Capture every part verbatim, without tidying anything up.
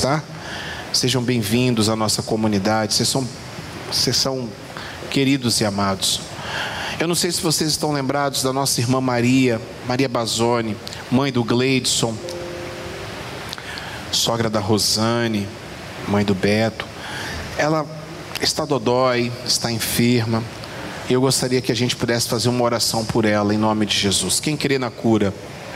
tá? Sejam bem-vindos à nossa comunidade. Vocês são, vocês são queridos e amados. Eu não sei se vocês estão lembrados da nossa irmã Maria, Maria Bazzoni, mãe do Gleidson, sogra da Rosane, mãe do Beto. Ela está dodói, está enferma. Eu gostaria que a gente pudesse fazer uma oração por ela, em nome de Jesus. Quem crê na cura?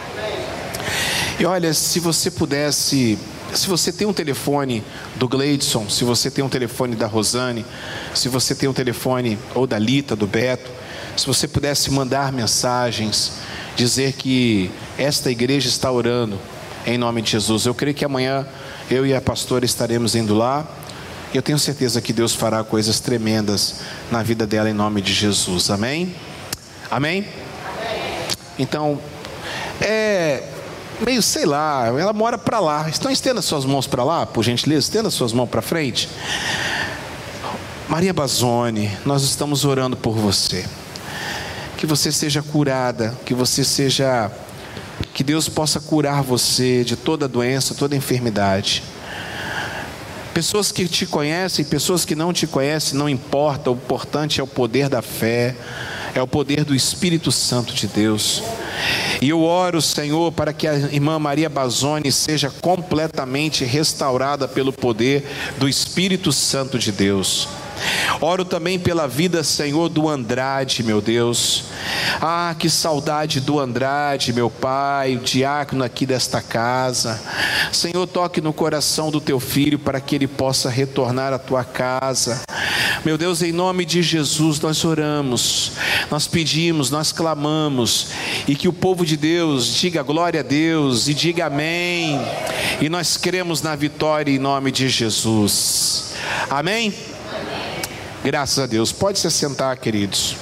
E olha, se você pudesse, se você tem um telefone do Gleidson, se você tem um telefone da Rosane, se você tem um telefone ou da Lita, do Beto, se você pudesse mandar mensagens, dizer que esta igreja está orando em nome de Jesus. Eu creio que amanhã eu e a pastora estaremos indo lá. Eu tenho certeza que Deus fará coisas tremendas na vida dela em nome de Jesus. Amém? Amém? Então, é meio, sei lá, ela mora para lá. Então estenda suas mãos para lá, por gentileza, estenda suas mãos para frente. Maria Bazzoni, nós estamos orando por você. Que você seja curada, que você seja, que Deus possa curar você de toda doença, toda enfermidade. Pessoas que te conhecem, pessoas que não te conhecem, não importa, o importante é o poder da fé, é o poder do Espírito Santo de Deus. E eu oro, Senhor, para que a irmã Maria Bazzoni seja completamente restaurada pelo poder do Espírito Santo de Deus. Oro também pela vida, Senhor, do Andrade, meu Deus. Ah, que saudade do Andrade, meu Pai, o diácono aqui desta casa. Senhor, toque no coração do teu filho para que ele possa retornar à tua casa. Meu Deus, em nome de Jesus nós oramos, nós pedimos, nós clamamos, e que o povo de Deus diga glória a Deus e diga amém. E nós cremos na vitória em nome de Jesus. Amém? Graças a Deus. Pode se assentar, queridos.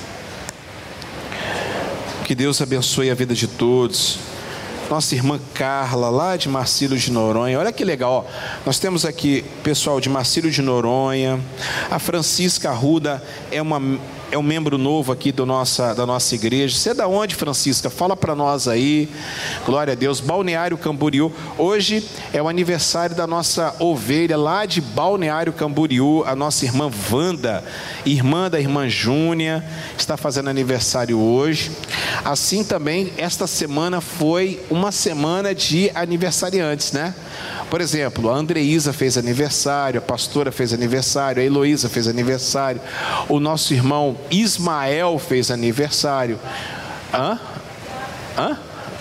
Que Deus abençoe a vida de todos. Nossa irmã Carla, lá de Marcílio de Noronha. Olha que legal, ó. Nós temos aqui pessoal de Marcílio de Noronha. A Francisca Arruda é uma... é um membro novo aqui do nossa, da nossa igreja. Você é da onde, Francisca? Fala para nós aí. Glória a Deus. Balneário Camboriú. Hoje é o aniversário da nossa ovelha lá de Balneário Camboriú, a nossa irmã Wanda, irmã da irmã Júnia, está fazendo aniversário hoje. Assim também, esta semana foi uma semana de aniversariantes, né? Por exemplo, a Andreísa fez aniversário, a pastora fez aniversário, a Heloísa fez aniversário, o nosso irmão Ismael fez aniversário. Hã? Hã?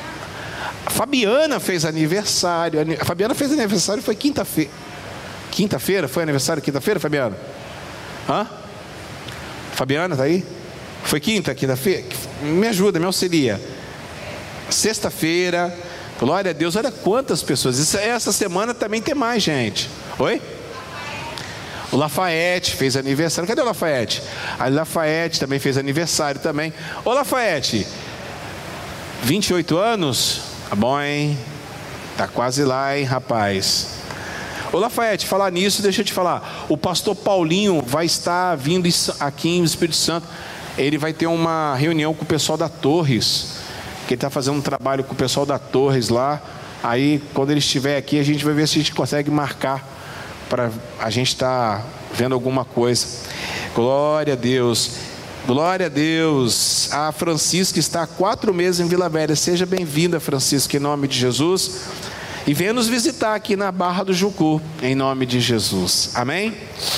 A Fabiana fez aniversário. A Fabiana fez aniversário, foi quinta-feira. Quinta-feira? Foi aniversário quinta-feira, Fabiana? Hã? Fabiana, tá aí? Foi quinta, quinta-feira? Me ajuda, me auxilia. Sexta-feira. Glória a Deus, olha quantas pessoas. Isso, essa semana também tem mais gente. Oi? O Lafayette fez aniversário. Cadê o Lafayette? A Lafayette também fez aniversário também. Ô Lafayette, vinte e oito anos? Tá bom, hein? Tá quase lá, hein, rapaz? Ô Lafayette, falar nisso, deixa eu te falar. O pastor Paulinho vai estar vindo aqui em Espírito Santo. Ele vai ter uma reunião com o pessoal da Torres, que ele está fazendo um trabalho com o pessoal da Torres lá. Aí, quando ele estiver aqui, a gente vai ver se a gente consegue marcar para a gente estar tá vendo alguma coisa. Glória a Deus. Glória a Deus. A Francisca está há quatro meses em Vila Velha. Seja bem-vinda, Francisca, em nome de Jesus. E venha nos visitar aqui na Barra do Jucu, em nome de Jesus. Amém?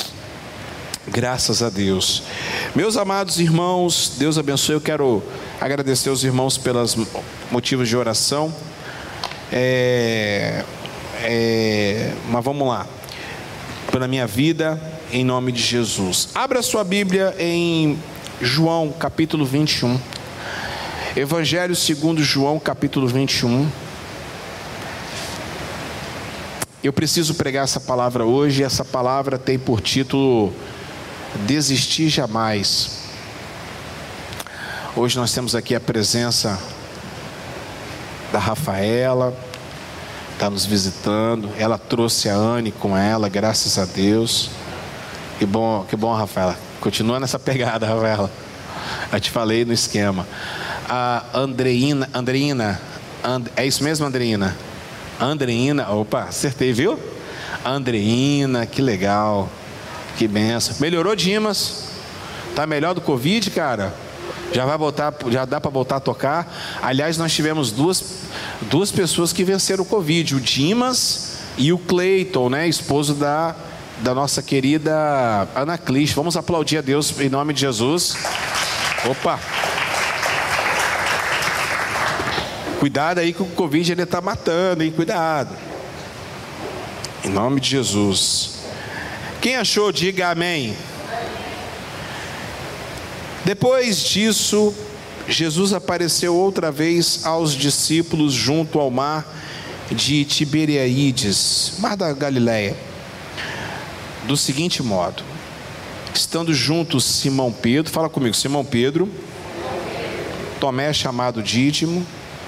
Graças a Deus. Meus amados irmãos, Deus abençoe. Eu quero agradecer aos irmãos pelos motivos de oração. É, é, mas vamos lá. Pela minha vida, em nome de Jesus. Abra sua Bíblia em João, capítulo vinte e um. Evangelho segundo João, capítulo vinte e um. Eu preciso pregar essa palavra hoje. Essa palavra tem por título Desistir Jamais. Hoje nós temos aqui a presença da Rafaela, está nos visitando. Ela trouxe a Anne com ela, graças a Deus. Que bom, que bom, Rafaela. Continua nessa pegada, Rafaela. Eu te falei no esquema. A Andreina, Andreina, And, é isso mesmo, Andreina? Andreina, opa, acertei, viu? Andreina, que legal, que benção. Melhorou, Dimas? Tá melhor do Covid, cara? Já vai voltar, já dá para voltar a tocar. Aliás, nós tivemos duas, duas pessoas que venceram o Covid, o Dimas e o Cleiton, né, esposo da, da nossa querida Ana Clis. Vamos aplaudir a Deus em nome de Jesus. Opa! Cuidado aí que o Covid ele está matando, hein? Cuidado. Em nome de Jesus. Quem achou, diga amém. Depois disso, Jesus apareceu outra vez aos discípulos junto ao mar de Tiberíades, mar da Galileia, do seguinte modo: estando juntos Simão Pedro, fala comigo, Simão Pedro, Tomé chamado Dídimo,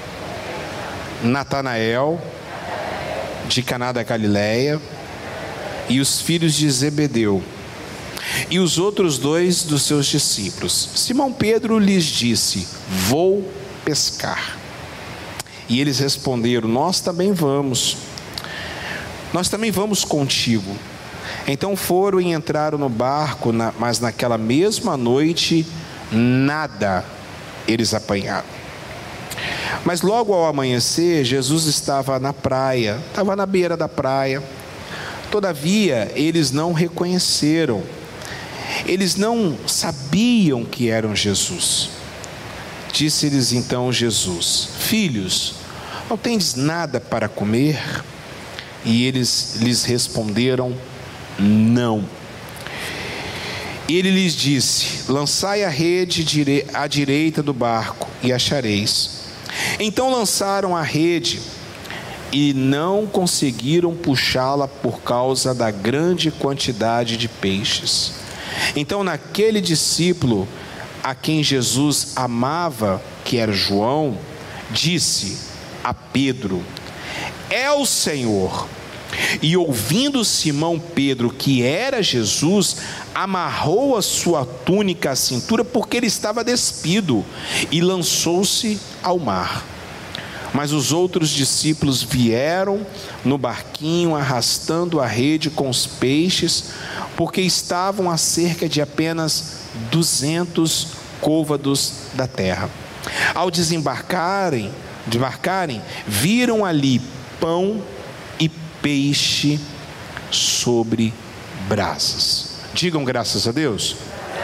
Natanael, de Caná da Galileia, e os filhos de Zebedeu, e os outros dois dos seus discípulos. Simão Pedro lhes disse: vou pescar. E eles responderam: nós também vamos. Nós também vamos contigo. Então foram e entraram no barco, mas naquela mesma noite nada eles apanharam. Mas logo ao amanhecer, Jesus estava na praia, estava na beira da praia. Todavia, eles não reconheceram. Eles não sabiam que eram Jesus. Disse-lhes então Jesus: filhos, não tendes nada para comer? E eles lhes responderam: não. Ele lhes disse: lançai a rede à direita do barco e achareis. Então lançaram a rede e não conseguiram puxá-la por causa da grande quantidade de peixes. Então naquele discípulo a quem Jesus amava, que era João, disse a Pedro: é o Senhor. E ouvindo Simão Pedro que era Jesus, amarrou a sua túnica à cintura, porque ele estava despido, e lançou-se ao mar. Mas os outros discípulos vieram no barquinho, arrastando a rede com os peixes, porque estavam a cerca de apenas duzentos côvados da terra. Ao desembarcarem, desembarcarem, viram ali pão e peixe sobre brasas. Digam graças a Deus.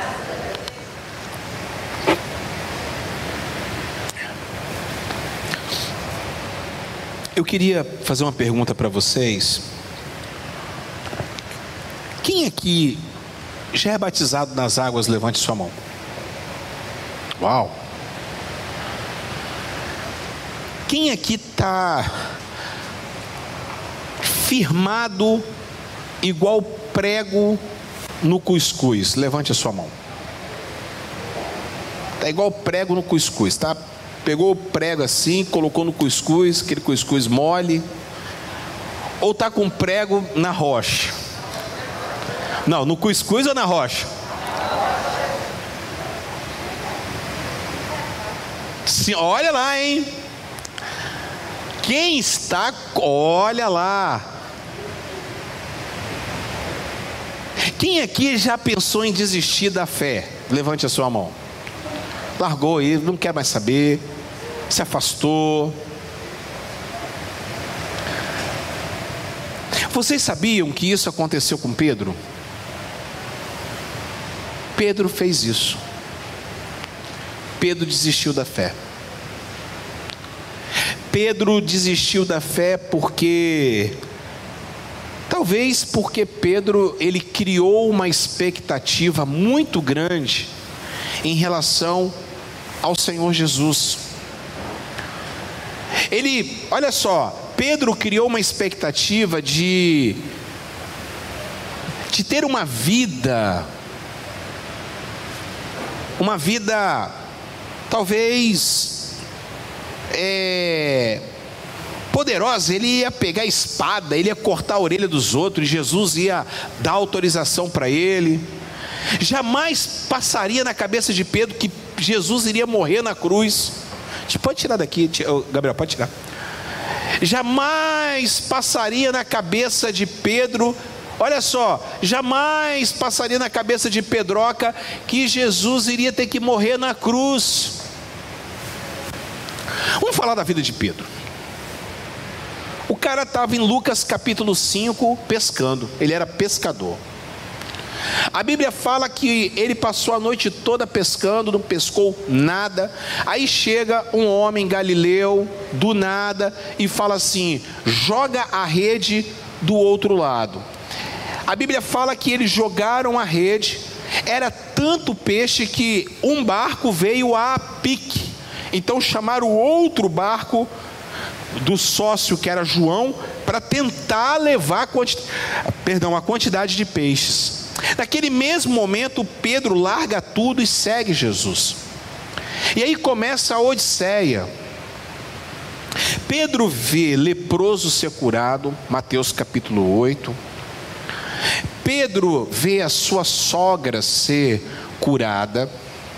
Eu queria fazer uma pergunta para vocês. Quem aqui já é batizado nas águas? Levante sua mão. Uau! Quem aqui está firmado igual prego no cuscuz? Levante a sua mão. Está igual prego no cuscuz, tá? Pegou o prego assim, colocou no cuscuz, aquele cuscuz mole. Ou está com prego na rocha? Não, no cuscuz ou na rocha? Sim, olha lá, hein? Quem está, olha lá. Quem aqui já pensou em desistir da fé? Levante a sua mão. Largou aí, não quer mais saber, se afastou. Vocês sabiam que isso aconteceu com Pedro? Pedro fez isso. Pedro desistiu da fé. Pedro desistiu da fé porque, talvez porque Pedro, ele criou uma expectativa muito grande em relação ao Senhor Jesus. Ele, olha só, Pedro criou uma expectativa de, de ter uma vida, uma vida, talvez, é, poderosa. Ele ia pegar a espada, ele ia cortar a orelha dos outros, e Jesus ia dar autorização para ele. Jamais passaria na cabeça de Pedro que Jesus iria morrer na cruz. Pode tirar daqui, Gabriel, pode tirar. Jamais passaria na cabeça de Pedro, olha só, jamais passaria na cabeça de Pedroca que Jesus iria ter que morrer na cruz. Vamos falar da vida de Pedro. O cara estava em Lucas capítulo cinco pescando, ele era pescador. A Bíblia fala que ele passou a noite toda pescando, não pescou nada. Aí chega um homem galileu, do nada, e fala assim: joga a rede do outro lado. A Bíblia fala que eles jogaram a rede, era tanto peixe que um barco veio a pique. Então chamaram o outro barco do sócio, que era João, para tentar levar a quantidade, perdão, a quantidade de peixes. Naquele mesmo momento, Pedro larga tudo e segue Jesus. E aí começa a odisseia. Pedro vê leproso ser curado, Mateus capítulo oito. Pedro vê a sua sogra ser curada.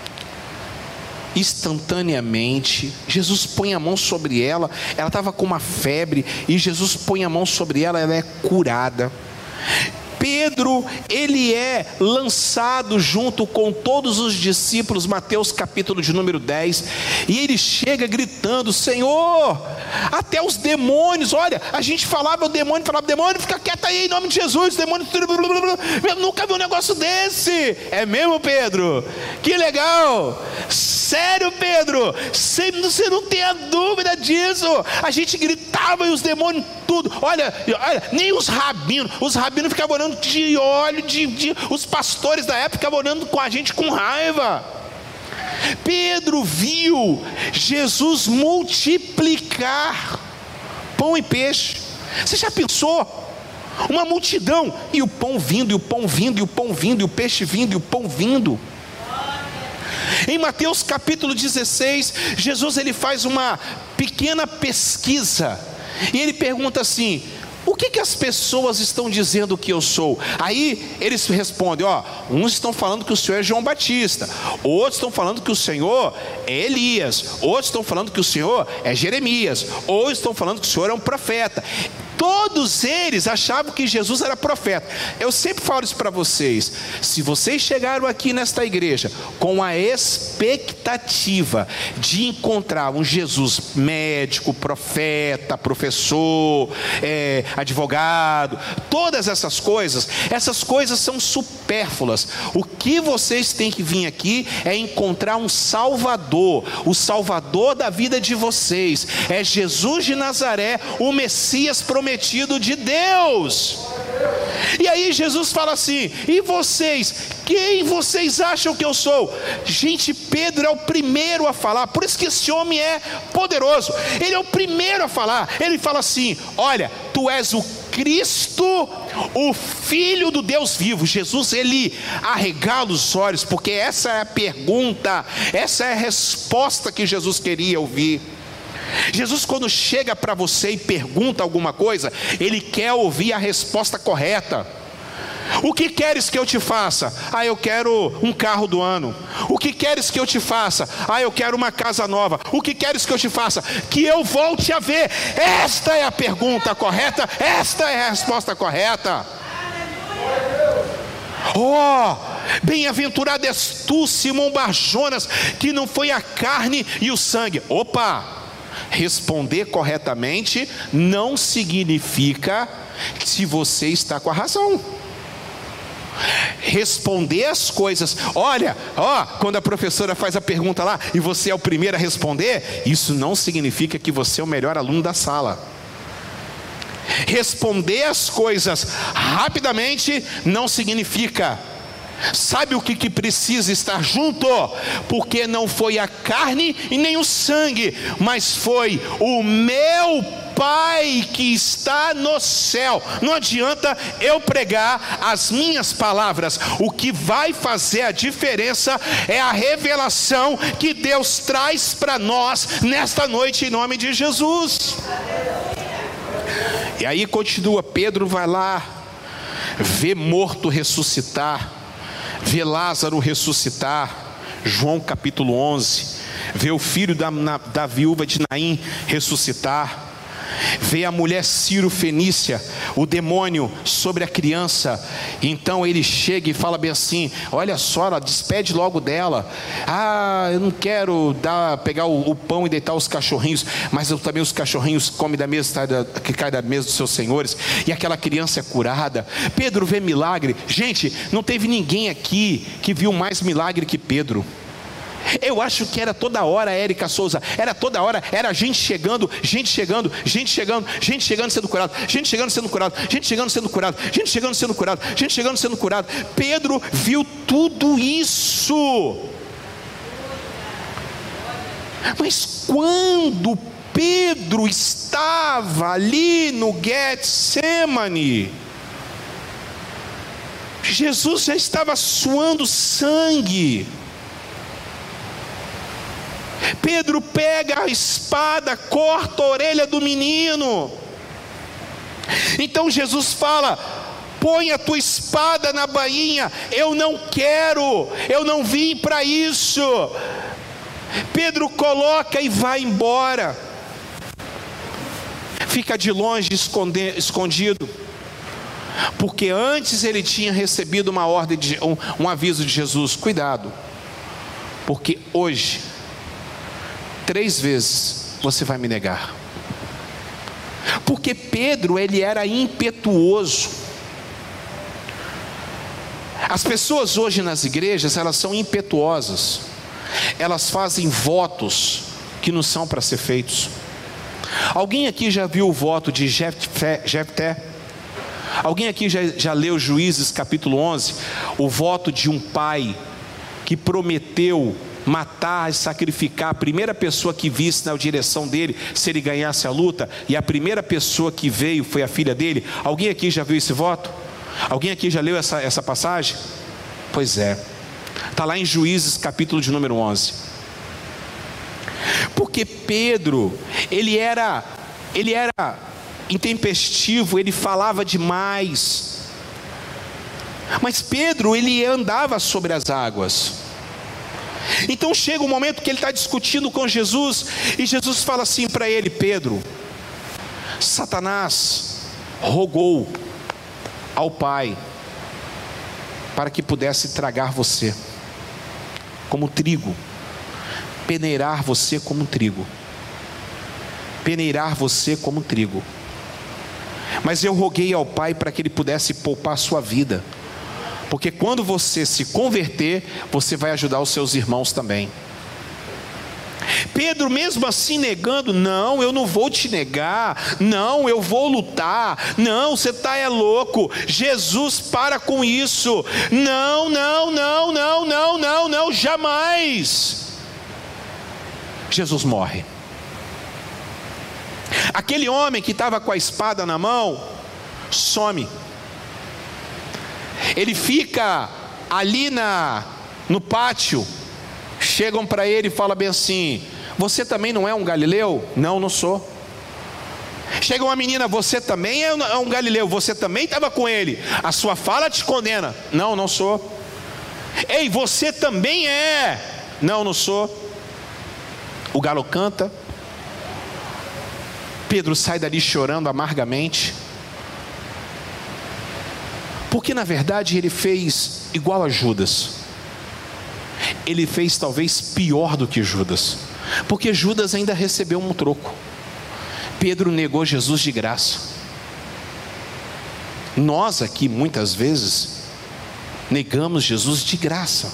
Instantaneamente, Jesus põe a mão sobre ela. Ela estava com uma febre e Jesus põe a mão sobre ela, ela é curada. Pedro, ele é lançado junto com todos os discípulos, Mateus capítulo de número dez, e ele chega gritando: Senhor, até os demônios, olha, a gente falava, o demônio falava: demônio, fica quieto aí em nome de Jesus, demônio, eu nunca vi um negócio desse. É mesmo, Pedro? Que legal! Sério, Pedro? Você, você não tem a dúvida disso? A gente gritava e os demônios tudo, olha, olha, nem os rabinos, os rabinos ficavam orando de óleo, de, de, os pastores da época ficavam orando com a gente com raiva. Pedro viu Jesus multiplicar pão e peixe. Você já pensou? Uma multidão, e o pão vindo, e o pão vindo, e o pão vindo, e o peixe vindo, e o pão vindo. Em Mateus capítulo dezesseis, Jesus ele faz uma pequena pesquisa, e ele pergunta assim: o que, que as pessoas estão dizendo que eu sou? Aí eles respondem: ó, uns estão falando que o Senhor é João Batista, outros estão falando que o Senhor é Elias, outros estão falando que o Senhor é Jeremias, ou estão falando que o Senhor é um profeta. Todos eles achavam que Jesus era profeta. Eu sempre falo isso para vocês: se vocês chegaram aqui nesta igreja com a expectativa de encontrar um Jesus médico, profeta, professor, é, advogado, todas essas coisas, essas coisas são supérfluas. O que vocês têm que vir aqui é encontrar um Salvador, o Salvador da vida de vocês. É Jesus de Nazaré, o Messias prometido de Deus. E aí Jesus fala assim: e vocês? Quem vocês acham que eu sou? Gente, Pedro é o primeiro a falar. Por isso que esse homem é poderoso. Ele é o primeiro a falar. Ele fala assim: olha, tu és o Cristo, o Filho do Deus vivo. Jesus, ele arregala os olhos, porque essa é a pergunta, essa é a resposta que Jesus queria ouvir. Jesus, quando chega para você e pergunta alguma coisa, ele quer ouvir a resposta correta. O que queres que eu te faça? Ah, eu quero um carro do ano. O que queres que eu te faça? Ah, eu quero uma casa nova. O que queres que eu te faça? Que eu volte a ver. Esta é a pergunta correta, esta é a resposta correta. Oh, bem-aventurado és tu, Simão Bar-Jonas, que não foi a carne e o sangue. Opa! Responder corretamente não significa se você está com a razão. Responder as coisas, olha, ó, quando a professora faz a pergunta lá e você é o primeiro a responder, isso não significa que você é o melhor aluno da sala. Responder as coisas rapidamente não significa. Sabe o que, que precisa estar junto? Porque não foi a carne e nem o sangue, mas foi o meu Pai que está no céu. Não adianta eu pregar as minhas palavras. O que vai fazer a diferença é a revelação que Deus traz para nós nesta noite, em nome de Jesus. E aí continua, Pedro vai lá, vê morto ressuscitar, vê Lázaro ressuscitar, João capítulo onze, vê o filho da, na, da viúva de Naim ressuscitar. Vê a mulher Ciro-fenícia, o demônio sobre a criança. Então ele chega e fala bem assim: olha só, ela despede logo dela. Ah, eu não quero dar, pegar o, o pão e deitar os cachorrinhos, mas eu, também os cachorrinhos comem da mesa que cai da mesa dos seus senhores. E aquela criança é curada. Pedro vê milagre. Gente, não teve ninguém aqui que viu mais milagre que Pedro. Eu acho que era toda hora, Érica Souza, era toda hora, era gente chegando, gente chegando, gente chegando, gente chegando sendo curado, gente chegando sendo curado, gente chegando sendo curado, gente chegando sendo curado, gente chegando sendo curado. Pedro viu tudo isso. Mas quando Pedro estava ali no Getsemane, Jesus já estava suando sangue. Pedro pega a espada, corta a orelha do menino. Então Jesus fala: põe a tua espada na bainha. Eu não quero, eu não vim para isso. Pedro coloca e vai embora. Fica de longe, esconde, escondido. Porque antes ele tinha recebido uma ordem, de, um, um aviso de Jesus: cuidado, porque hoje três vezes você vai me negar. Porque Pedro, ele era impetuoso. As pessoas hoje nas igrejas, elas são impetuosas. Elas fazem votos que não são para ser feitos. Alguém aqui já viu o voto de Jefté? Alguém aqui já, já leu Juízes capítulo onze? O voto de um pai que prometeu matar e sacrificar a primeira pessoa que visse na direção dele, se ele ganhasse a luta, e a primeira pessoa que veio foi a filha dele. Alguém aqui já viu esse voto? Alguém aqui já leu essa, essa passagem? Pois é, está lá em Juízes capítulo de número onze. Porque Pedro, ele era, ele era intempestivo, ele falava demais. Mas Pedro, ele andava sobre as águas. Então chega um momento que ele está discutindo com Jesus, e Jesus fala assim para ele: Pedro, Satanás rogou ao Pai para que pudesse tragar você como trigo, peneirar você como trigo, peneirar você como trigo. Mas eu roguei ao Pai para que Ele pudesse poupar a sua vida, porque quando você se converter, você vai ajudar os seus irmãos também. Pedro mesmo assim negando: não, eu não vou te negar, não, eu vou lutar, não, você está é louco, Jesus, para com isso, não, não, não, não, não, não, não, jamais. Jesus morre. Aquele homem que estava com a espada na mão some. Ele fica ali na, no pátio. Chegam para ele e falam bem assim: você também não é um galileu? Não, não sou. Chega uma menina: você também é um galileu? Você também estava com ele? A sua fala te condena. Não, não sou. Ei, você também é? Não, não sou. O galo canta. Pedro sai dali chorando amargamente, porque na verdade ele fez igual a Judas. Ele fez talvez pior do que Judas, porque Judas ainda recebeu um troco. Pedro negou Jesus de graça. Nós aqui muitas vezes negamos Jesus de graça.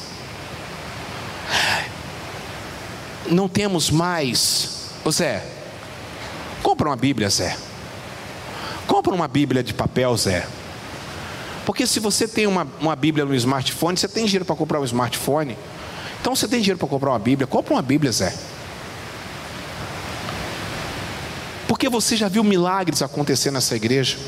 Não temos mais. Ô Zé, compra uma Bíblia, Zé. Compra uma Bíblia de papel, Zé. Porque se você tem uma, uma Bíblia no smartphone, você tem dinheiro para comprar um smartphone. Então você tem dinheiro para comprar uma Bíblia, compra uma Bíblia, Zé. Porque você já viu milagres acontecer nessa igreja.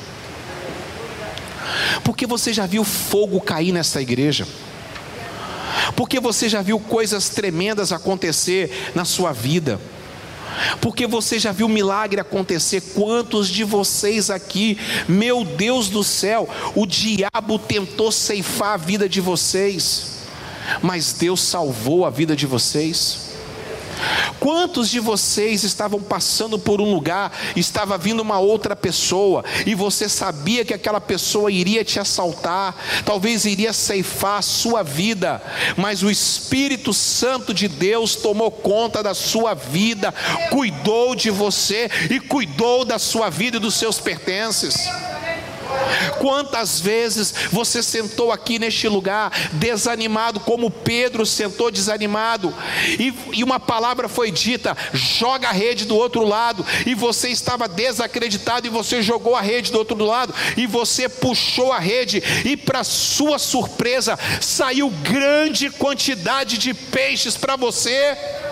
Porque você já viu fogo cair nessa igreja. Porque você já viu coisas tremendas acontecer na sua vida. Porque você já viu milagre acontecer. Quantos de vocês aqui, meu Deus do céu, o diabo tentou ceifar a vida de vocês, mas Deus salvou a vida de vocês. Quantos de vocês estavam passando por um lugar, estava vindo uma outra pessoa, e você sabia que aquela pessoa iria te assaltar, talvez iria ceifar a sua vida, mas o Espírito Santo de Deus tomou conta da sua vida, cuidou de você e cuidou da sua vida e dos seus pertences? Quantas vezes você sentou aqui neste lugar desanimado, como Pedro sentou desanimado, e, e uma palavra foi dita: joga a rede do outro lado, e você estava desacreditado, e você jogou a rede do outro lado, e você puxou a rede, e para sua surpresa saiu grande quantidade de peixes para você.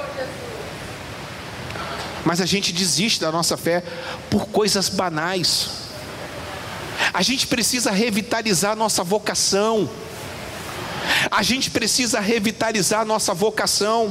Mas a gente desiste da nossa fé por coisas banais. A gente precisa revitalizar a nossa vocação. A gente precisa revitalizar a nossa vocação.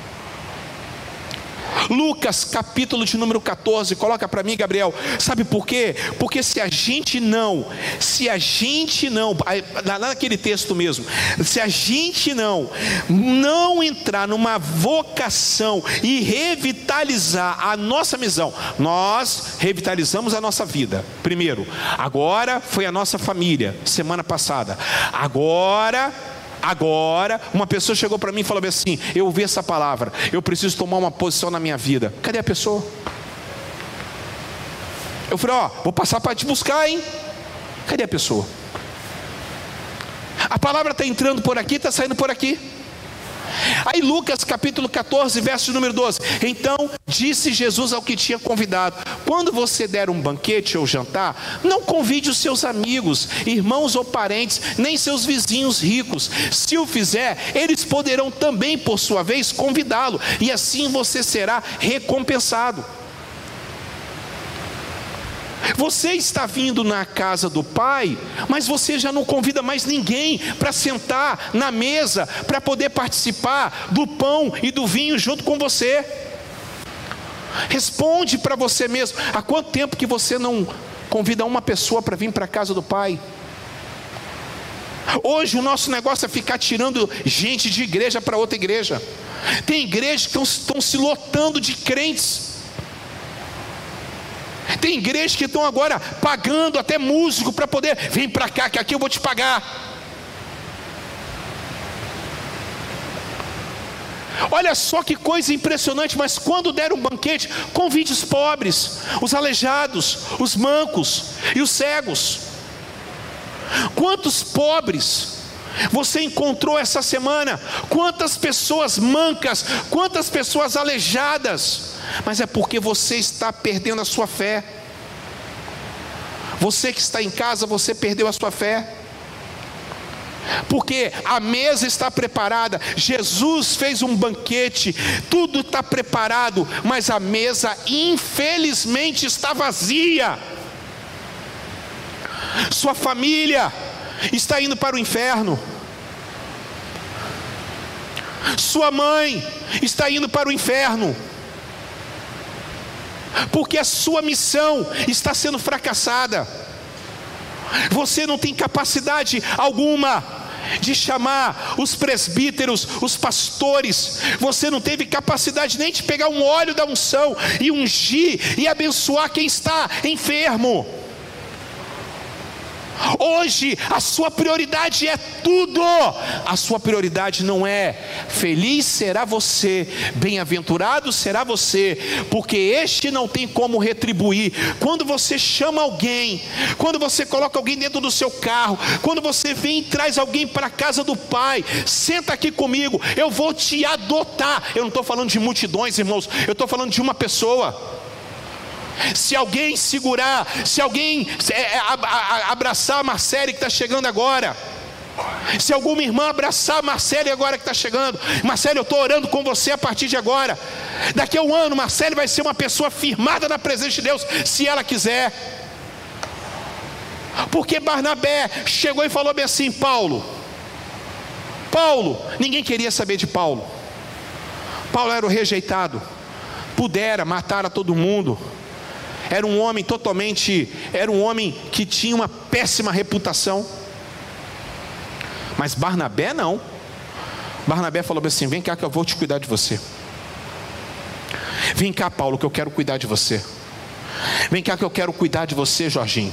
Lucas capítulo de número catorze, coloca para mim, Gabriel. Sabe por quê? Porque se a gente não, se a gente não, lá naquele texto mesmo, se a gente não, não entrar numa vocação e revitalizar a nossa missão, nós revitalizamos a nossa vida. Primeiro, agora foi a nossa família, semana passada. Agora... Agora, uma pessoa chegou para mim e falou assim: eu ouvi essa palavra, eu preciso tomar uma posição na minha vida. Cadê a pessoa? Eu falei: ó, vou passar para te buscar, hein? Cadê a pessoa? A palavra está entrando por aqui, está saindo por aqui. Aí Lucas capítulo catorze, verso número doze. Então disse Jesus ao que tinha convidado: quando você der um banquete ou jantar, não convide os seus amigos, irmãos ou parentes, nem seus vizinhos ricos. Se o fizer, eles poderão também por sua vez convidá-lo, e assim você será recompensado. Você está vindo na casa do Pai, mas você já não convida mais ninguém para sentar na mesa, para poder participar do pão e do vinho junto com você. Responde para você mesmo: há quanto tempo que você não convida uma pessoa para vir para a casa do Pai? Hoje o nosso negócio é ficar tirando gente de igreja para outra igreja. Tem igrejas que estão se lotando de crentes. Tem igrejas que estão agora pagando até músico para poder: vem para cá que aqui eu vou te pagar. Olha só que coisa impressionante. Mas quando der um banquete, convide os pobres, os aleijados, os mancos e os cegos. Quantos pobres você encontrou essa semana? Quantas pessoas mancas, quantas pessoas aleijadas? Mas é porque você está perdendo a sua fé. Você que está em casa, você perdeu a sua fé. Porque a mesa está preparada. Jesus fez um banquete, tudo está preparado, mas a mesa infelizmente está vazia. Sua família está indo para o inferno. Sua mãe está indo para o inferno, porque a sua missão está sendo fracassada. Você não tem capacidade alguma de chamar os presbíteros, os pastores. Você não teve capacidade nem de pegar um óleo da unção e ungir e abençoar quem está enfermo. Hoje a sua prioridade é tudo. A sua prioridade não é: feliz será você, bem-aventurado será você, porque este não tem como retribuir. Quando você chama alguém, quando você coloca alguém dentro do seu carro, quando você vem e traz alguém para a casa do Pai: senta aqui comigo, eu vou te adotar. Eu não estou falando de multidões, irmãos, eu estou falando de uma pessoa. Se alguém segurar, se alguém é, a, a, abraçar a Marcele que está chegando agora, se alguma irmã abraçar a Marcele agora que está chegando: Marcele, eu estou orando com você a partir de agora. Daqui a um ano, Marcele vai ser uma pessoa firmada na presença de Deus, se ela quiser. Porque Barnabé chegou e falou bem assim: Paulo, Paulo, ninguém queria saber de Paulo. Paulo era o rejeitado, pudera matar a todo mundo. Era um homem totalmente, era um homem que tinha uma péssima reputação. Mas Barnabé não. Barnabé falou assim: vem cá que eu vou te cuidar de você. Vem cá, Paulo, que eu quero cuidar de você. Vem cá que eu quero cuidar de você, Jorginho.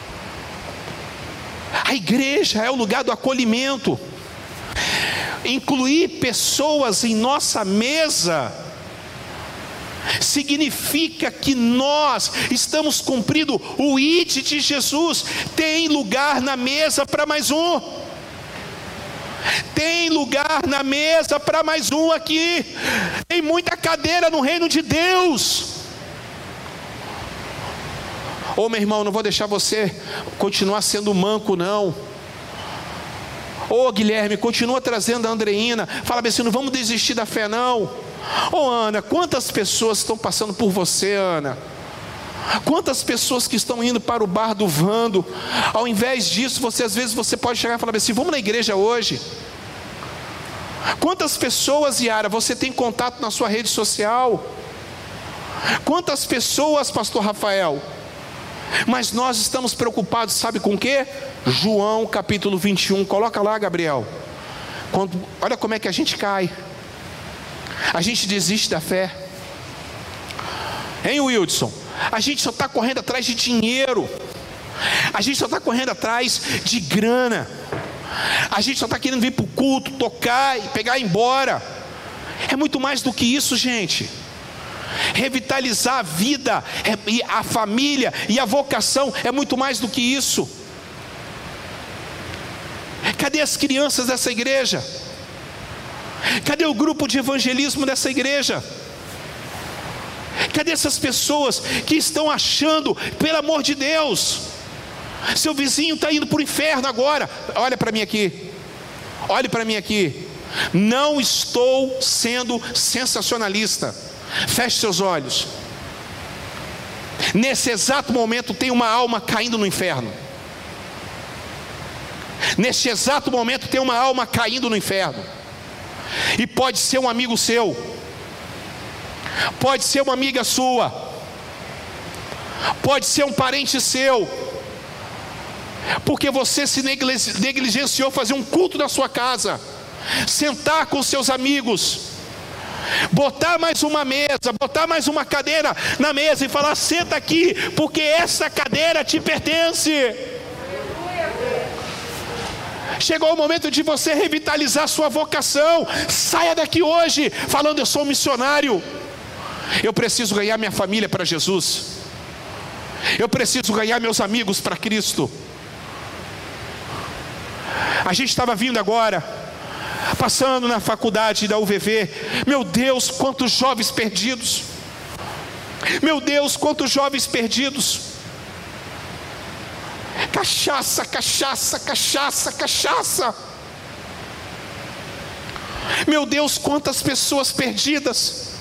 A igreja é o lugar do acolhimento. Incluir pessoas em nossa mesa significa que nós estamos cumprindo o I T de Jesus. Tem lugar na mesa para mais um. Tem lugar na mesa para mais um aqui. Tem muita cadeira no reino de Deus. Ô meu irmão, não vou deixar você continuar sendo manco não. Ô Guilherme, continua trazendo a Andreina. Fala bem assim, não vamos desistir da fé não. Ô Ana, quantas pessoas estão passando por você, Ana? Quantas pessoas que estão indo para o bar do Vando? Ao invés disso, você às vezes você pode chegar e falar assim, vamos na igreja hoje. Quantas pessoas, Yara, você tem contato na sua rede social? Quantas pessoas, pastor Rafael? Mas nós estamos preocupados, sabe com o quê? João capítulo vinte e um, coloca lá, Gabriel. Quando, olha como é que a gente cai. A gente desiste da fé. Hein, Wilson? A gente só está correndo atrás de dinheiro. A gente só está correndo atrás de grana. A gente só está querendo vir para o culto, tocar e pegar e ir embora. É muito mais do que isso, gente. Revitalizar a vida, a família e a vocação é muito mais do que isso. Cadê as crianças dessa igreja? Cadê o grupo de evangelismo dessa igreja? Cadê essas pessoas que estão achando, pelo amor de Deus, seu vizinho está indo para o inferno agora? Olha para mim aqui, olhe para mim aqui. Não estou sendo sensacionalista. Feche seus olhos. Nesse exato momento tem uma alma caindo no inferno. Nesse exato momento tem uma alma caindo no inferno. E pode ser um amigo seu, pode ser uma amiga sua, pode ser um parente seu, porque você se negligenciou fazer um culto na sua casa, sentar com seus amigos, botar mais uma mesa, botar mais uma cadeira na mesa e falar, senta aqui, porque essa cadeira te pertence. Chegou o momento de você revitalizar sua vocação. Saia daqui hoje falando, eu sou um missionário. Eu preciso ganhar minha família para Jesus. Eu preciso ganhar meus amigos para Cristo. A gente estava vindo agora, passando na faculdade da U V V. Meu Deus, quantos jovens perdidos. Meu Deus, quantos jovens perdidos. Cachaça, cachaça, cachaça, cachaça. Meu Deus, quantas pessoas perdidas.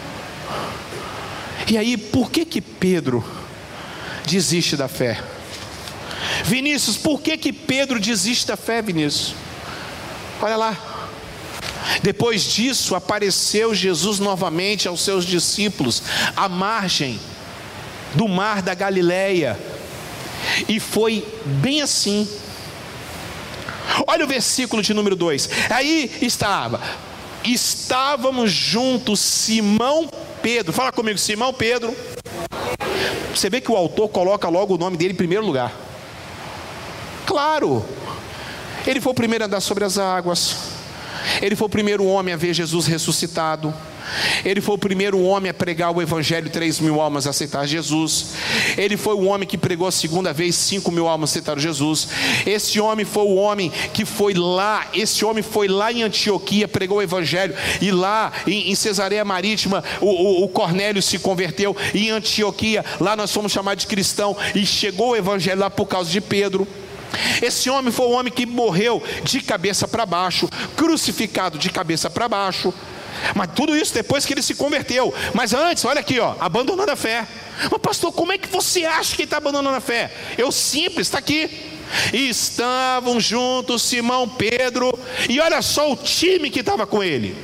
E aí, por que que Pedro desiste da fé? Vinícius, por que que Pedro desiste da fé, Vinícius? Olha lá. Depois disso, apareceu Jesus novamente aos seus discípulos, à margem do mar da Galileia. E foi bem assim. Olha o versículo de número dois. Aí estava, estávamos juntos Simão Pedro. Fala comigo, Simão Pedro. Você vê que o autor coloca logo o nome dele em primeiro lugar. Claro, ele foi o primeiro a andar sobre as águas. Ele foi o primeiro homem a ver Jesus ressuscitado. Ele foi o primeiro homem a pregar o evangelho, três mil almas a aceitar Jesus. Ele foi o homem que pregou a segunda vez, cinco mil almas aceitaram Jesus. Esse homem foi o homem que foi lá, esse homem foi lá em Antioquia, pregou o evangelho. E lá em, em Cesareia Marítima, o, o, o Cornélio se converteu. E em Antioquia, lá nós fomos chamados de cristão. E chegou o evangelho lá por causa de Pedro. Esse homem foi o homem que morreu de cabeça para baixo, crucificado de cabeça para baixo. Mas tudo isso depois que ele se converteu. Mas antes, olha aqui, ó, abandonando a fé. Mas pastor, como é que você acha que ele está abandonando a fé? Eu simples, está aqui. E estavam juntos Simão, Pedro. E olha só o time que estava com ele.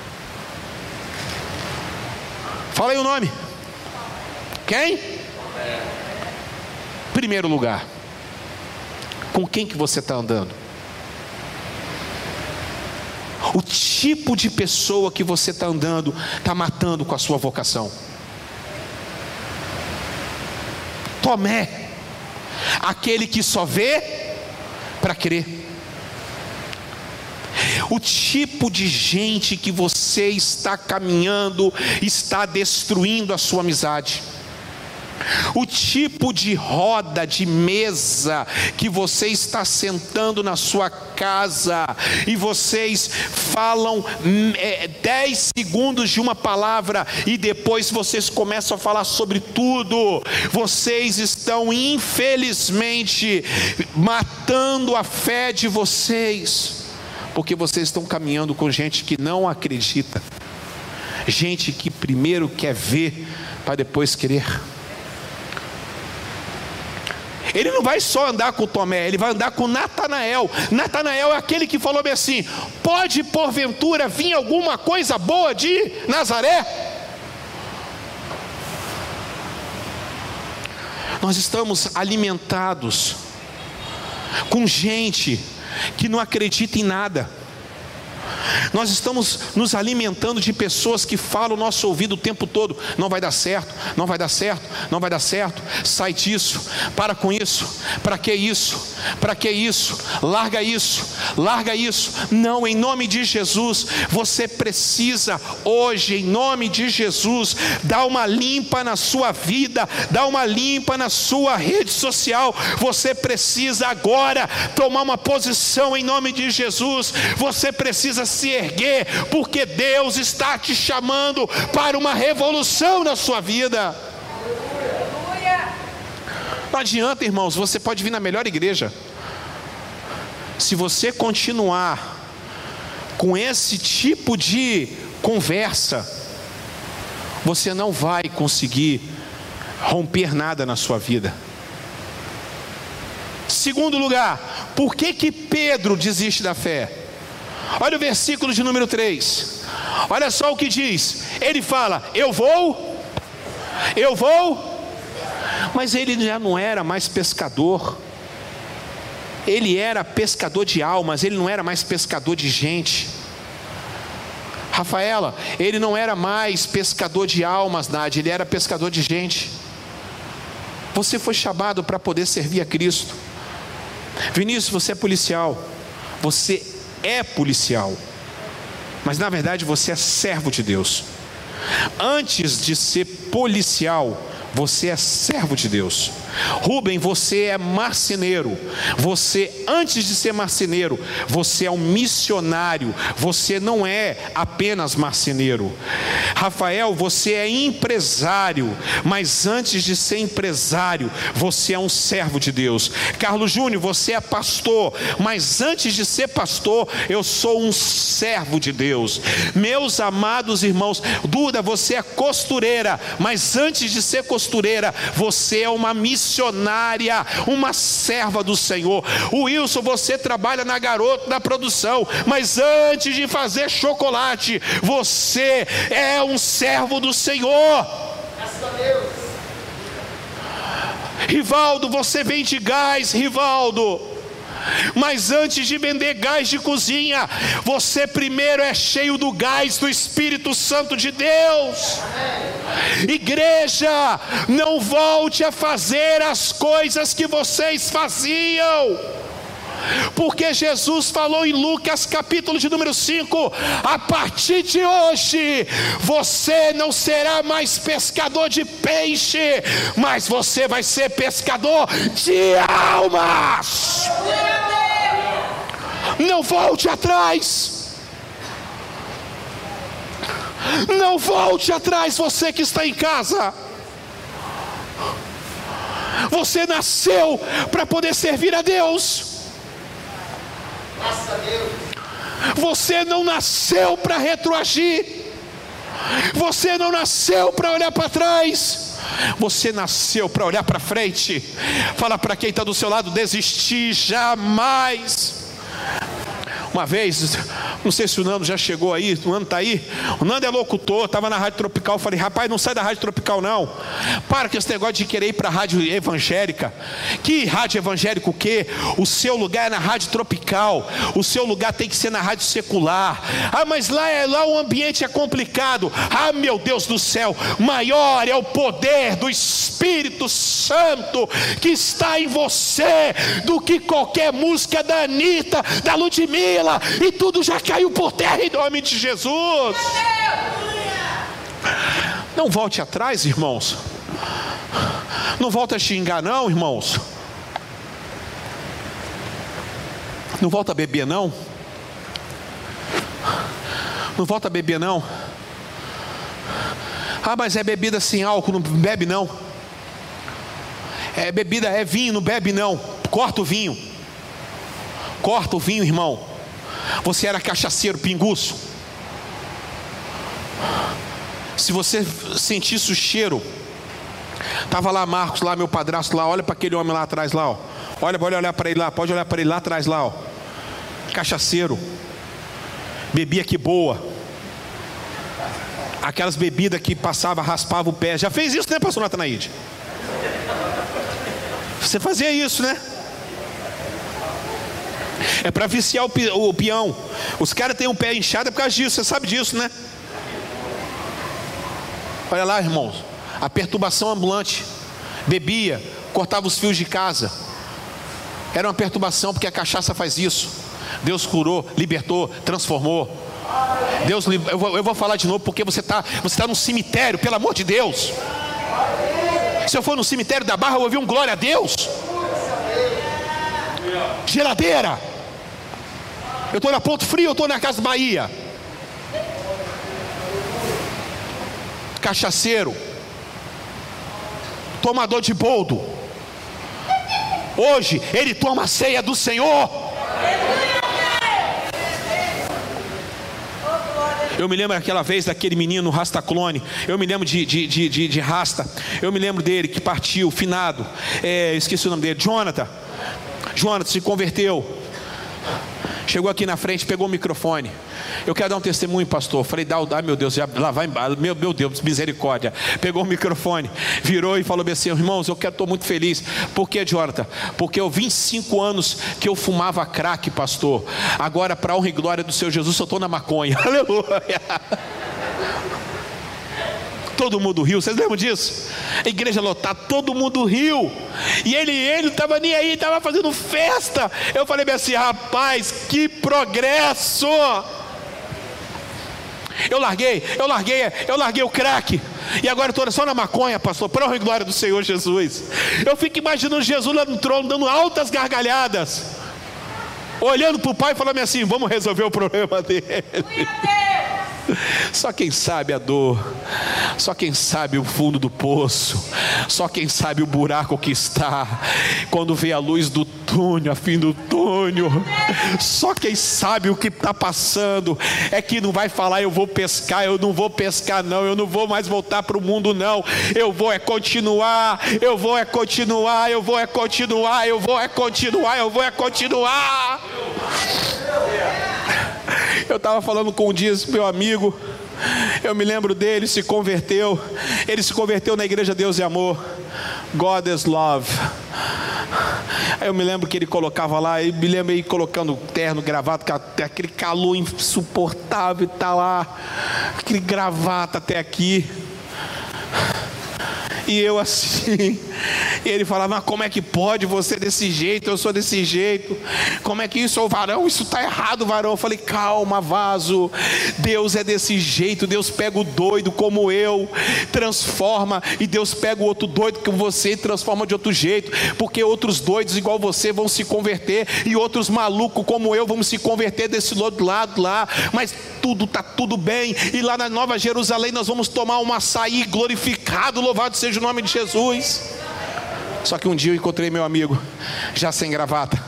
Fala aí o nome. Quem? Primeiro lugar. Com quem que você está andando? O tipo de pessoa que você está andando está matando com a sua vocação. Tomé, aquele que só vê para crer. O tipo de gente que você está caminhando está destruindo a sua amizade. O tipo de roda, de mesa que você está sentando na sua casa e vocês falam é, dez segundos de uma palavra e depois vocês começam a falar sobre tudo. Vocês estão infelizmente matando a fé de vocês, porque vocês estão caminhando com gente que não acredita, gente que primeiro quer ver para depois querer. Ele não vai só andar com Tomé, ele vai andar com Natanael. Natanael é aquele que falou bem assim: pode porventura vir alguma coisa boa de Nazaré? Nós estamos alimentados com gente que não acredita em nada. Nós estamos nos alimentando de pessoas que falam no nosso ouvido o tempo todo: não vai dar certo, não vai dar certo, não vai dar certo, sai disso, para com isso, para que isso, para que isso, larga isso, larga isso. Não, em nome de Jesus, você precisa hoje, em nome de Jesus, dar uma limpa na sua vida, dar uma limpa na sua rede social. Você precisa agora tomar uma posição em nome de Jesus. Você precisa se erguer, porque Deus está te chamando para uma revolução na sua vida. Não adianta, irmãos, você pode vir na melhor igreja, se você continuar com esse tipo de conversa, você não vai conseguir romper nada na sua vida. Segundo lugar, por que que Pedro desiste da fé? Olha o versículo de número três. Olha só o que diz. Ele fala: eu vou, eu vou. Mas ele já não era mais pescador. Ele era pescador de almas, ele não era mais pescador de gente. Rafaela, ele não era mais pescador de almas, Nádia, ele era pescador de gente. Você foi chamado para poder servir a Cristo. Vinícius, você é policial. Você é policial, mas na verdade você é servo de Deus. Antes de ser policial, você é servo de Deus. Rubem, você é marceneiro. Você, antes de ser marceneiro, você é um missionário. Você não é apenas marceneiro. Rafael, você é empresário, mas antes de ser empresário, você é um servo de Deus. Carlos Júnior, você é pastor, mas antes de ser pastor, eu sou um servo de Deus. Meus amados irmãos, Duda, você é costureira, mas antes de ser costureira, você é uma missionária, uma serva do Senhor. O Wilson, você trabalha na Garoto da produção, mas antes de fazer chocolate, você é um servo do Senhor. Graças a Deus. Rivaldo, você vende gás, Rivaldo, mas antes de vender gás de cozinha, você primeiro é cheio do gás do Espírito Santo de Deus. Igreja, não volte a fazer as coisas que vocês faziam, porque Jesus falou em Lucas capítulo de número cinco: a partir de hoje você não será mais pescador de peixe, mas você vai ser pescador de almas. Não volte atrás. Não volte atrás, você que está em casa. Você nasceu para poder servir a Deus. Você não nasceu para retroagir. Você não nasceu para olhar para trás. Você nasceu para olhar para frente. Fala para quem está do seu lado: desistir jamais. Uma vez, não sei se o Nando já chegou aí, o Nando está aí. O Nando é locutor, estava na Rádio Tropical. Eu falei, rapaz, não sai da Rádio Tropical não. Para com esse negócio de querer ir para a Rádio Evangélica. Que rádio evangélica o quê? O seu lugar é na Rádio Tropical. O seu lugar tem que ser na Rádio Secular. Ah, mas lá, é, lá o ambiente é complicado. Ah, meu Deus do céu, maior é o poder do Espírito Santo que está em você do que qualquer música da Anitta, da Ludmilla. E tudo já caiu por terra em nome de Jesus. Não volte atrás, irmãos. Não volte a xingar não, irmãos. Não volta a beber não. Não volta a beber não. Ah, mas é bebida sem álcool, não bebe não. É bebida, é vinho, não bebe não. Corta o vinho. Corta o vinho, irmão. Você era cachaceiro, pinguço. Se você sentisse o cheiro, estava lá Marcos, lá meu padrasto lá, olha para aquele homem lá atrás lá, ó. Olha, pode olhar para ele lá, pode olhar para ele lá atrás lá, ó. Cachaceiro. Bebia que boa. Aquelas bebidas que passava, raspava o pé. Já fez isso, né, pastor Natanaide? Você fazia isso, né? É para viciar o, o peão. Os caras têm um pé inchado é por causa disso. Você sabe disso, né? Olha lá, irmãos. A perturbação ambulante. Bebia, cortava os fios de casa. Era uma perturbação porque a cachaça faz isso. Deus curou, libertou, transformou. Deus, eu vou, eu vou falar de novo porque você está você tá no cemitério, pelo amor de Deus. Se eu for no cemitério da Barra, eu vou ouvir um glória a Deus. Geladeira. Eu estou na Ponto Frio, eu estou na Casa Bahia. Cachaceiro. Tomador de boldo. Hoje ele toma a ceia do Senhor. Eu me lembro aquela vez daquele menino Rastaclone. Eu me lembro de, de, de, de, de Rasta. Eu me lembro dele que partiu, finado. É, esqueci o nome dele, Jonathan. Jonathan se converteu. Chegou aqui na frente, pegou o microfone. Eu quero dar um testemunho, pastor. Falei, dá, dá, meu Deus, já, lá vai embora. Meu, meu Deus, misericórdia. Pegou o microfone, virou e falou assim: irmãos, eu estou muito feliz. Por que, Jonathan? Porque eu vinte e cinco anos que eu fumava crack, pastor. Agora, para a honra e glória do Senhor Jesus, eu estou na maconha. Aleluia. Todo mundo riu, vocês lembram disso? A igreja lotada, todo mundo riu. E ele ele não estava nem aí, estava fazendo festa. Eu falei assim, rapaz, que progresso. Eu larguei, eu larguei, eu larguei o crack. E agora estou só na maconha, pastor, para a honra e glória do Senhor Jesus. Eu fico imaginando Jesus lá no trono, dando altas gargalhadas, olhando para o Pai e falando assim, vamos resolver o problema dele. Só quem sabe a dor, só quem sabe o fundo do poço, só quem sabe o buraco que está, quando vê a luz do túnel, a fim do túnel, só quem sabe o que está passando, é que não vai falar, eu vou pescar, eu não vou pescar não, eu não vou mais voltar para o mundo não, eu vou é continuar, eu vou é continuar, eu vou é continuar, eu vou é continuar, eu vou é continuar. Eu estava falando com o Dias, meu amigo, eu me lembro dele, se converteu, ele se converteu na igreja Deus e Amor, God is Love. Aí eu me lembro que ele colocava lá, eu me lembro ele colocando terno, gravata, aquele calor insuportável, e tá lá, aquele gravata até aqui. E eu assim, e ele falava, mas como é que pode você desse jeito, eu sou desse jeito, como é que isso, ô varão, isso está errado, varão. Eu falei, calma, vaso, Deus é desse jeito, Deus pega o doido como eu, transforma, e Deus pega o outro doido como você e transforma de outro jeito, porque outros doidos igual você vão se converter, e outros malucos como eu vão se converter desse outro lado lá, mas tudo está tudo bem, e lá na Nova Jerusalém nós vamos tomar um açaí glorificado, louvado seja o nome de Jesus. Só que um dia eu encontrei meu amigo, já sem gravata,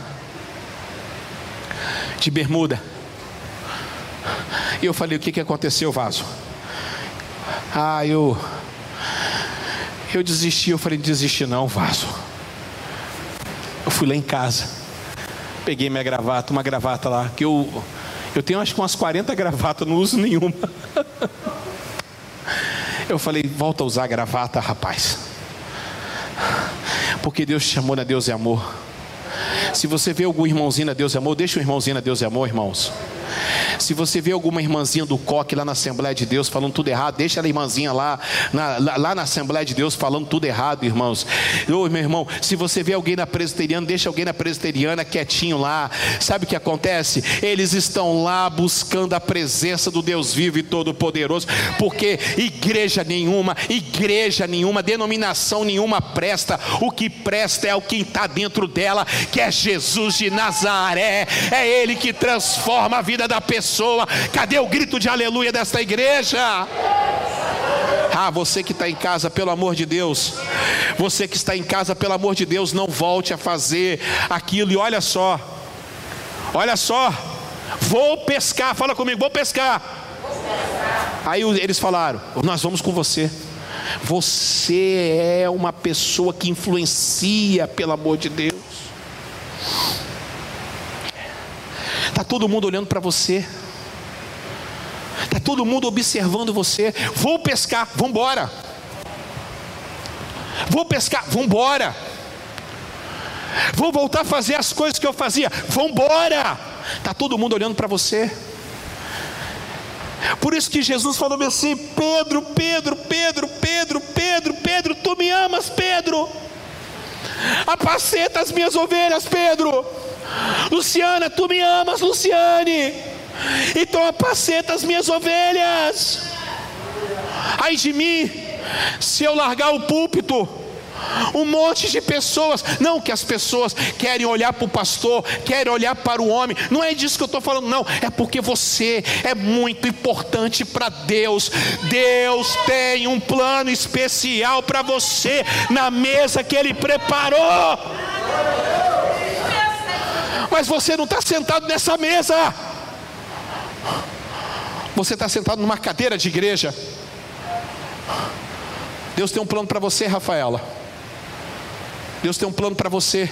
de bermuda, e eu falei, o que que aconteceu, vaso? Ah, eu eu desisti. Eu falei, desisti não, vaso. Eu fui lá em casa, Peguei minha gravata, uma gravata lá, que eu, eu tenho acho que umas quarenta gravatas, não uso nenhuma. Eu falei, volta a usar a gravata, rapaz. Porque Deus te chamou na Deus é Amor. Se você vê algum irmãozinho na Deus é Amor, deixa o irmãozinho na Deus é Amor, irmãos. Se você vê alguma irmãzinha do coque lá na Assembleia de Deus falando tudo errado, deixa a irmãzinha lá na, lá, lá na Assembleia de Deus falando tudo errado, irmãos. Ô meu irmão, se você vê alguém na presbiteriana, deixa alguém na presbiteriana quietinho lá. Sabe o que acontece? Eles estão lá buscando a presença do Deus vivo e todo-poderoso, porque igreja nenhuma, igreja nenhuma, denominação nenhuma presta. O que presta é o que está dentro dela, que é Jesus de Nazaré. É Ele que transforma a vida da pessoa. Cadê o grito de aleluia desta igreja? Ah, você que está em casa, pelo amor de Deus, você que está em casa, pelo amor de Deus, não volte a fazer aquilo. E olha só, olha só, vou pescar, fala comigo, vou pescar. Aí eles falaram, nós vamos com você. Você é uma pessoa que influencia, pelo amor de Deus. Está todo mundo olhando para você, está todo mundo observando você. Vou pescar, vamos embora. Vou pescar, vamos embora. Vou voltar a fazer as coisas que eu fazia, vamos embora. Está todo mundo olhando para você. Por isso que Jesus falou assim: Pedro, Pedro, Pedro, Pedro, Pedro, Pedro, tu me amas, Pedro? Apacenta as minhas ovelhas, Pedro. Luciana, tu me amas, Luciane? Então apacenta as minhas ovelhas. Ai de mim, se eu largar o púlpito, um monte de pessoas, não que as pessoas querem olhar para o pastor, querem olhar para o homem, não é disso que eu estou falando, não, é porque você é muito importante para Deus. Deus tem um plano especial para você na mesa que Ele preparou. Mas você não está sentado nessa mesa, você está sentado numa cadeira de igreja. Deus tem um plano para você, Rafaela. Deus tem um plano para você.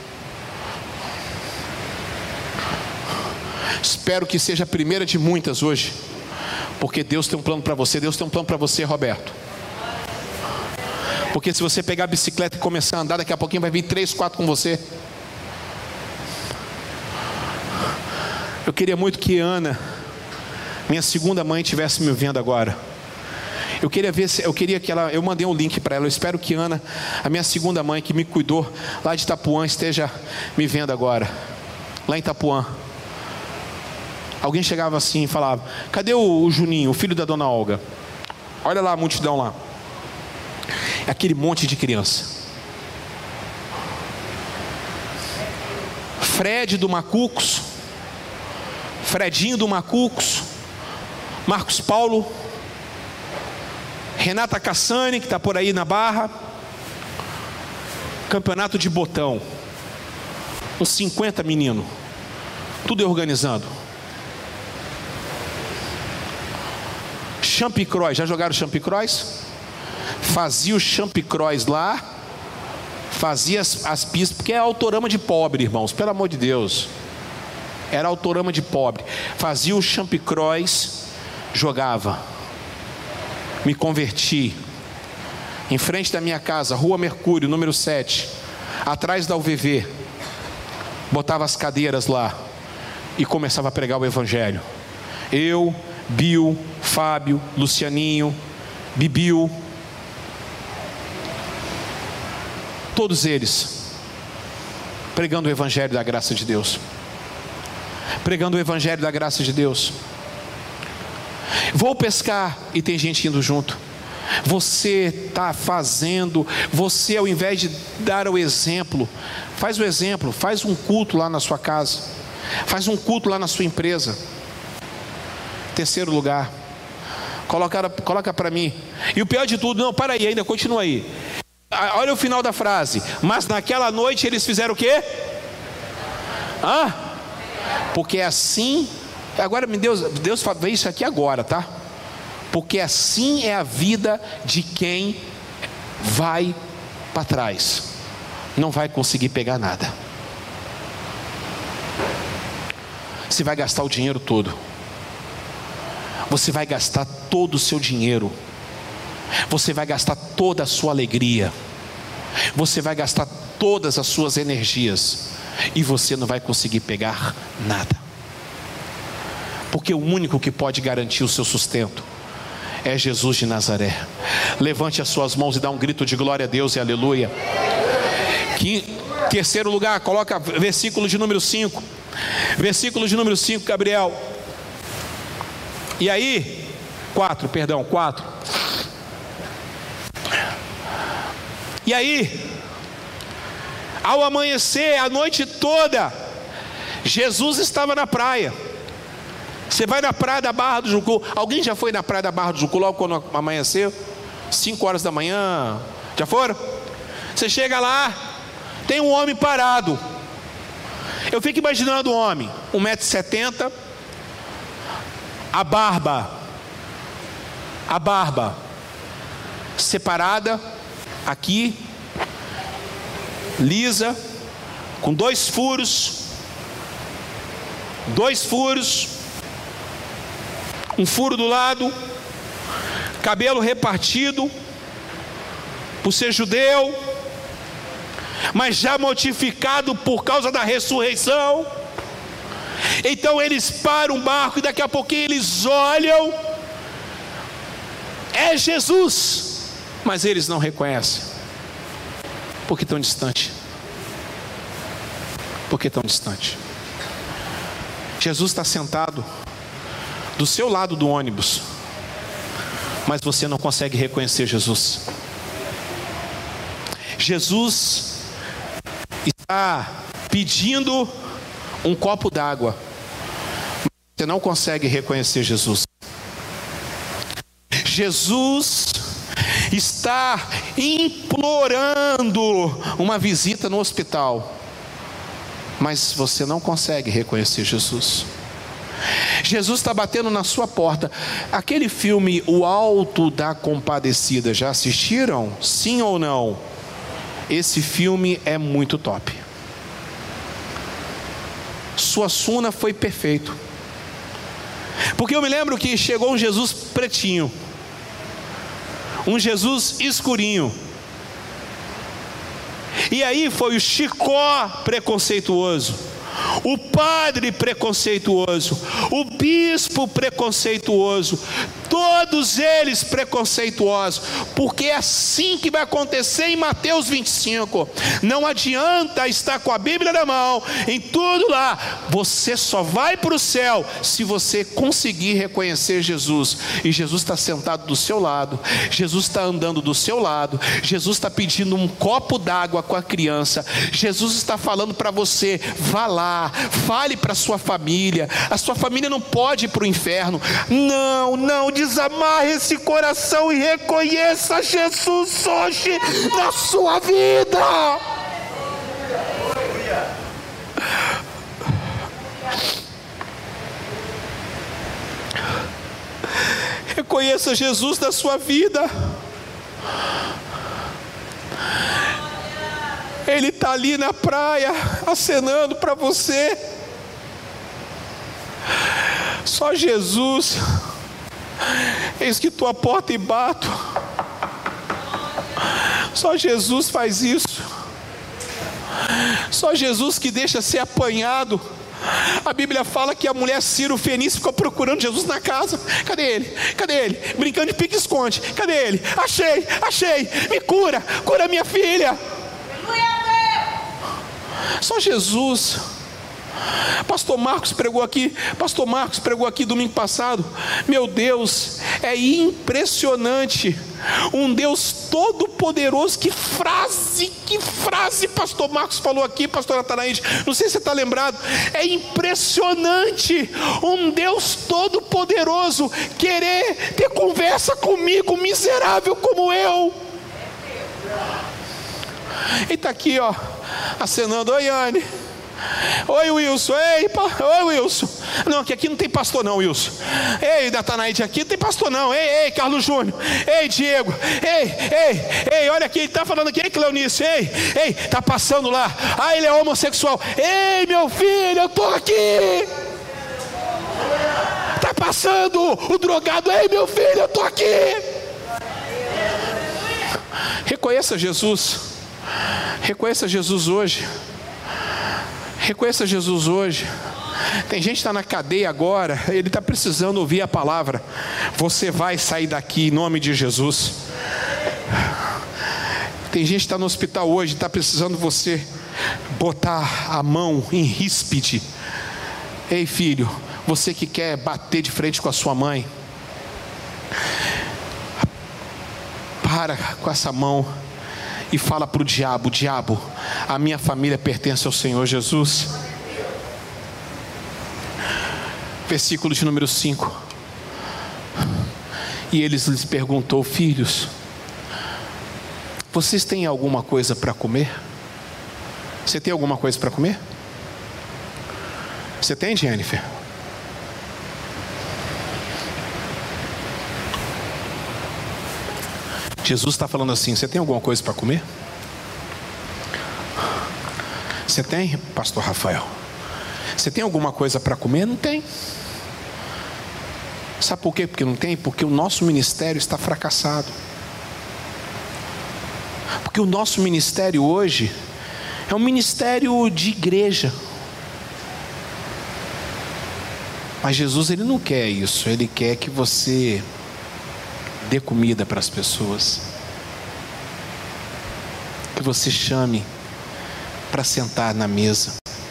Espero que seja a primeira de muitas hoje, porque Deus tem um plano para você. Deus tem um plano para você, Roberto. Porque se você pegar a bicicleta e começar a andar, daqui a pouquinho vai vir três, quatro com você. Eu queria muito que Ana, minha segunda mãe, estivesse me vendo agora. Eu queria ver se, eu queria que ela, eu mandei um link para ela. Eu espero que Ana, a minha segunda mãe que me cuidou lá de Itapuã, esteja me vendo agora, lá em Itapuã. Alguém chegava assim e falava: cadê o, o Juninho, o filho da dona Olga? Olha lá a multidão lá. É aquele monte de criança. Fred do Macucos, Fredinho do Macucos, Marcos Paulo, Renata Cassani, que está por aí na Barra. Campeonato de botão, uns cinquenta meninos, tudo organizando. Champicross, já jogaram Champicross? Fazia o Champicross lá, fazia as, as pistas, porque é autorama de pobre, irmãos, pelo amor de Deus. Era autorama de pobre. Fazia o Champicross, jogava. Me converti. Em frente da minha casa, Rua Mercúrio, número sete, atrás da U V V. Botava as cadeiras lá e começava a pregar o evangelho. Eu, Bill, Fábio, Lucianinho, Bibiu, todos eles pregando o evangelho da graça de Deus. Pregando o evangelho da graça de Deus. Vou pescar e tem gente indo junto. Você está fazendo, você ao invés de dar o exemplo, faz o exemplo, faz um culto lá na sua casa, faz um culto lá na sua empresa. Terceiro lugar, coloca, coloca para mim. E o pior de tudo, não, para aí, ainda continua aí. Olha o final da frase. Mas naquela noite eles fizeram o quê? Hã? Porque assim, agora me Deus, Deus vê isso aqui agora, tá? Porque assim é a vida de quem vai para trás, não vai conseguir pegar nada. você vai gastar o dinheiro todo. Você vai gastar todo o seu dinheiro. Você vai gastar toda a sua alegria. Você vai gastar todas as suas energias. E você não vai conseguir pegar nada. Porque o único que pode garantir o seu sustento é Jesus de Nazaré. Levante as suas mãos e dá um grito de glória a Deus e aleluia. Que, terceiro lugar, coloca versículo de número cinco. Versículo de número cinco, Gabriel. E aí, quatro, perdão, quatro. E aí, ao amanhecer, a noite toda, Jesus estava na praia. Você vai na praia da Barra do Jucu. Alguém já foi na praia da Barra do Jucu logo quando amanheceu? Cinco horas da manhã. Já foram? Você chega lá, tem um homem parado. Eu fico imaginando o homem, um metro e setenta, a barba, a barba separada, aqui, lisa, com dois furos, dois furos, um furo do lado, cabelo repartido, por ser judeu, mas já mortificado por causa da ressurreição. Então eles param o barco e daqui a pouquinho eles olham, é Jesus, mas eles não reconhecem, porque tão distante, porque tão distante. Jesus está sentado do seu lado do ônibus, mas você não consegue reconhecer Jesus. Jesus está pedindo um copo d'água, mas você não consegue reconhecer Jesus. Jesus está implorando uma visita no hospital, mas você não consegue reconhecer Jesus. Jesus está batendo na sua porta. Aquele filme O Alto da Compadecida, já assistiram? Sim ou não? Esse filme é muito top. Suassuna foi perfeito. Porque eu me lembro que chegou um Jesus pretinho, um Jesus escurinho. E aí foi o Chicó preconceituoso, o padre preconceituoso, o bispo preconceituoso, todos eles preconceituosos, porque é assim que vai acontecer em Mateus vinte e cinco. Não adianta estar com a Bíblia na mão, em tudo lá, você só vai para o céu se você conseguir reconhecer Jesus. E Jesus está sentado do seu lado, Jesus está andando do seu lado, Jesus está pedindo um copo d'água com a criança, Jesus está falando para você, vá lá, fale para a sua família. A sua família não pode ir para o inferno. Não, não, desamarre esse coração e reconheça Jesus hoje na sua vida. Reconheça Jesus na sua vida. Ele está ali na praia, acenando para você. Só Jesus. Eis que tua porta e bato. Só Jesus faz isso. Só Jesus que deixa ser apanhado. A Bíblia fala que a mulher Ciro Fenícia ficou procurando Jesus na casa. Cadê ele? Cadê ele? Brincando de pique-esconde. Cadê ele? Achei, achei. Me cura, cura minha filha. Só Jesus. Pastor Marcos pregou aqui, Pastor Marcos pregou aqui domingo passado. Meu Deus, é impressionante. Um Deus todo poderoso. Que frase, que frase Pastor Marcos falou aqui, Pastor Atanaíde, não sei se você está lembrado. É impressionante um Deus todo poderoso querer ter conversa comigo, miserável como eu. Ele está aqui, ó, acenando. Oi, Anne. Oi, Wilson. Ei, pa... Oi, Wilson. Não, que aqui não tem pastor não, Wilson. Ei, Datanaide, aqui não tem pastor não. Ei, ei, Carlos Júnior. Ei, Diego. Ei, ei, ei, olha aqui, ele está falando aqui. Ei, Cleonice. Ei, ei, está passando lá. Ah, ele é homossexual. Ei, meu filho, eu estou aqui. passando, o drogado, ei meu filho, eu estou aqui. Reconheça Jesus, reconheça Jesus hoje, reconheça Jesus hoje. Tem gente que está na cadeia agora, ele está precisando ouvir a palavra. Você vai sair daqui em nome de Jesus. Tem gente que está no hospital hoje, está precisando você botar a mão em ríspide. Ei filho, você que quer bater de frente com a sua mãe, para com essa mão e fala para o diabo: diabo, a minha família pertence ao Senhor Jesus. Versículo de número cinco. E eles lhes perguntou: filhos, vocês têm alguma coisa para comer? Você tem alguma coisa para comer? Você tem, Jennifer? Jesus está falando assim: você tem alguma coisa para comer? Você tem, pastor Rafael? Você tem alguma coisa para comer? Não tem. Sabe por quê? Porque não tem? Porque o nosso ministério está fracassado. Porque o nosso ministério hoje é um ministério de igreja. Mas Jesus, ele não quer isso. Ele quer que você dê comida para as pessoas, que você chame para sentar na mesa.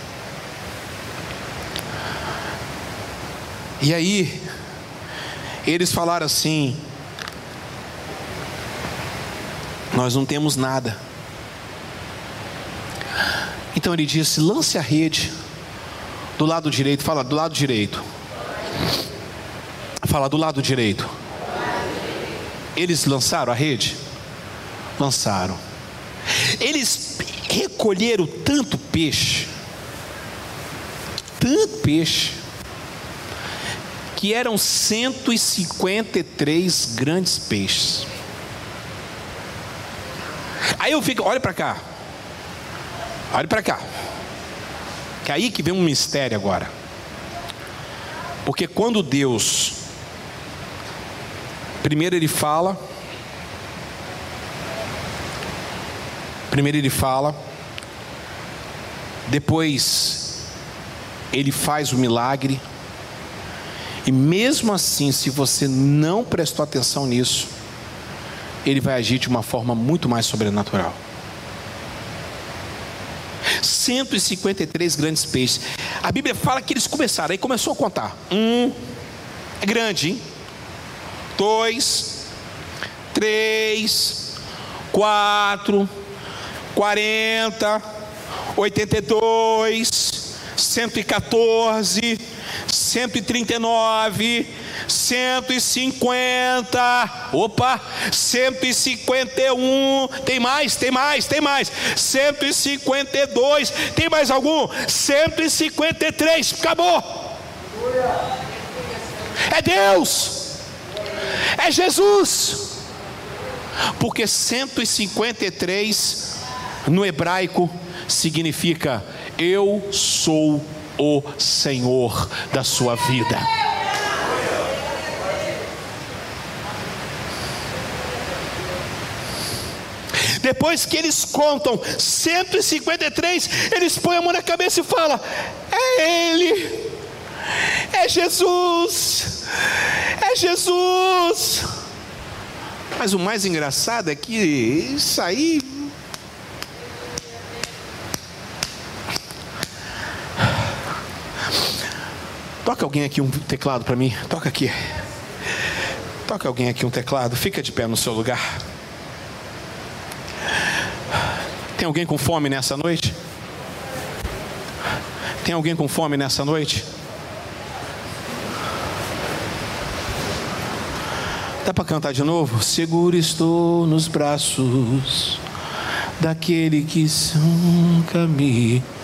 E aí eles falaram assim: nós não temos nada. Então ele disse: lance a rede do lado direito. Fala, do lado direito. Fala, do lado direito. Eles lançaram a rede? Lançaram. Eles recolheram tanto peixe, tanto peixe, que eram cento e cinquenta e três grandes peixes. Aí eu fico, olha para cá, olha para cá, que é aí que vem um mistério agora. Porque quando Deus, primeiro ele fala, primeiro ele fala, depois ele faz o milagre. E mesmo assim, se você não prestou atenção nisso, ele vai agir de uma forma muito mais sobrenatural. cento e cinquenta e três grandes peixes. A Bíblia fala que eles começaram, aí começou a contar. Um, é grande, hein? Dois, três, quatro, quarenta, oitenta e dois, cento e quatorze, cento e trinta e nove, cento e cinquenta, opa, cento e cinquenta e um, tem mais, tem mais, tem mais, cento e cinquenta e dois, tem mais algum? cento e cinquenta e três, acabou. É Deus, é Jesus, porque cento e cinquenta e três no hebraico significa: eu sou o Senhor da sua vida. Depois que eles contam cento e cinquenta e três, eles põem a mão na cabeça e falam: é Ele, é Jesus, é Jesus. Mas o mais engraçado é que isso aí, toca alguém aqui um teclado para mim. Toca aqui. Toca alguém aqui um teclado. Fica de pé no seu lugar. Tem alguém com fome nessa noite? Tem alguém com fome nessa noite? Dá para cantar de novo? Seguro estou nos braços daquele que nunca me